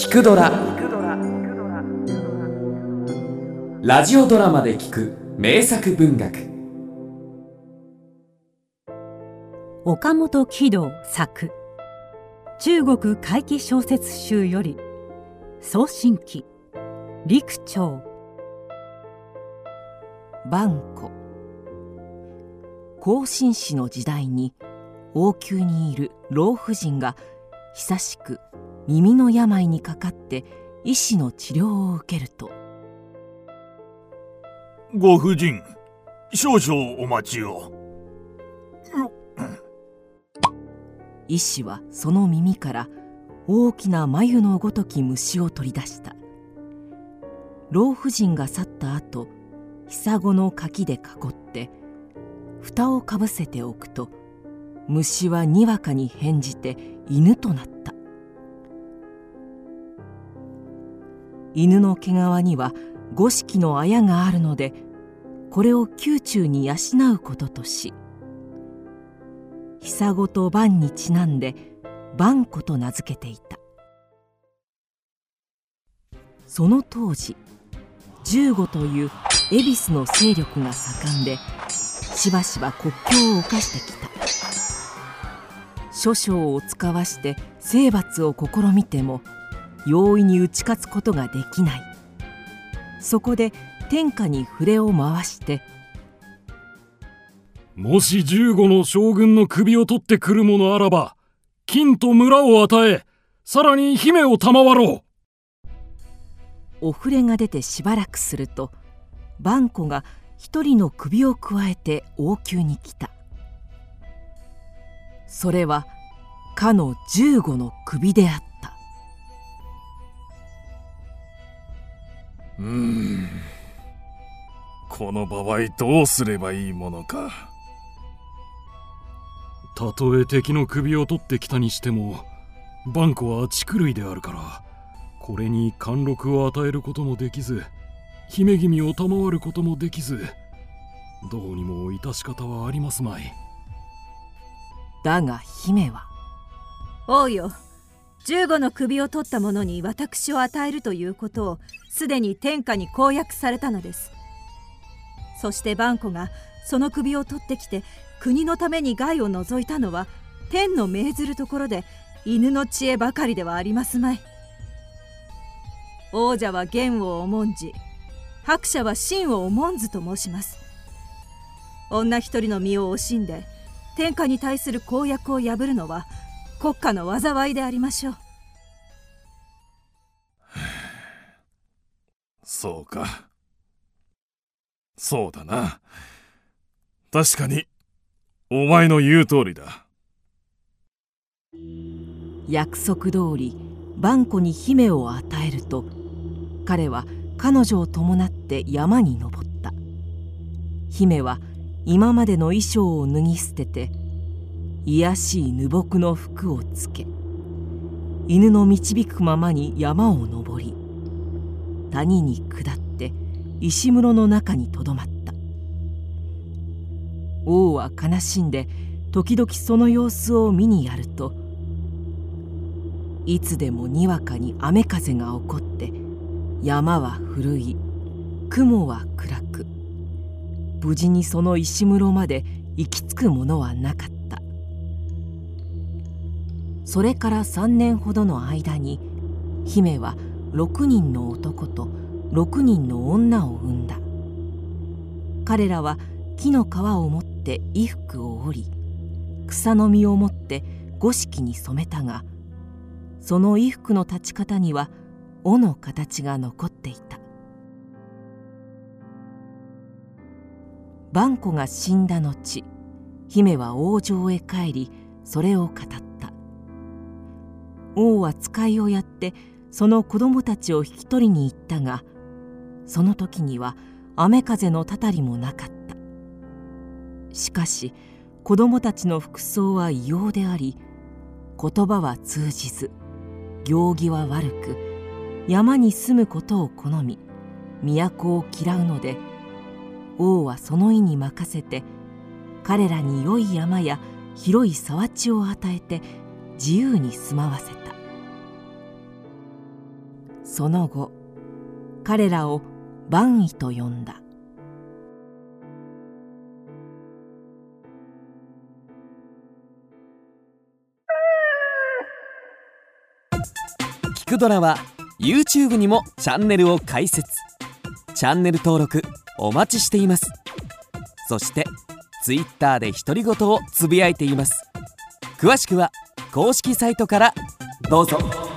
聞くドラ」ラジオドラマで聞く名作文学。 岡本喜道作中国怪奇小説集より送信記陸長。万古孔子氏の時代に王宮にいる老婦人が久しく耳の病にかかって医師の治療を受けると、 ご婦人、少々お待ちを。 医師はその耳から大きな繭のごとき虫を取り出した。老婦人が去った後、ひごの柿で囲って蓋をかぶせておくと、虫はにわかに変じて犬となった。犬の毛皮には五色の綾があるので、これを宮中に養うこととし、ひごと万にちなんで万古と名付けていた。その当時、15という恵比寿の勢力が盛んで、しばしば国境を侵してきた。諸将を使わして征伐を試みても容易に打ち勝つことができない。そこで天下に触れを回して、 もし15の将軍の首を取ってくるものあらば、金と村を与え、さらに姫を賜ろう。 お触れが出てしばらくすると、万古が一人の首をくわえて王宮に来た。それはかの15の首であった。 この場合どうすればいいものか。たとえ敵の首を取ってきたにしても、万古は畜類であるから、これに貫禄を与えることもできず、姫君を賜ることもできず、どうにも致し方はありますまい。 だが姫は、 王よ、15の首を取った者に私を与えるということをすでに天下に公約されたのです。そして万古がその首を取ってきて国のために害を除いたのは、天の命ずるところで犬の知恵ばかりではありますまい。王者は元を重んじ、伯者は真を重んずと申します。女一人の身を惜しんで天下に対する公約を破るのは国家の災いでありましょう。 そうか。そうだな。確かにお前の言う通りだ。 約束通り万古に姫を与えると、彼は彼女を伴って山に登った。姫は今までの衣装を脱ぎ捨てて、卑しいぬぼくの服をつけ、犬の導くままに山を登り、谷に下って石室の中にとどまった。王は悲しんで時々その様子を見にやると、いつでもにわかに雨風が起こって、山は震い、雲は暗く、無事にその石室まで行き着くものはなかった。それから3年ほどの間に、姫は6人の男と6人の女を産んだ。彼らは木の皮を持って衣服を織り、草の実を持って五色に染めたが、その衣服の立ち方には尾の形が残っていた。万古が死んだ後、姫は王城へ帰り、それを語った。王は使いをやってその子供たちを引き取りに行ったが、その時には雨風のたたりもなかった。しかし子供たちの服装は異様であり、言葉は通じず、行儀は悪く、山に住むことを好み、都を嫌うので、王はその意に任せて、彼らに良い山や広い沢地を与えて自由に住まわせた。 その後彼らを蛮夷と呼んだ。 聞くドラは YouTube にもチャンネルを開設。チャンネル登録お待ちしています。そして Twitter で独り言をつぶやいています。詳しくは公式サイトからどうぞ。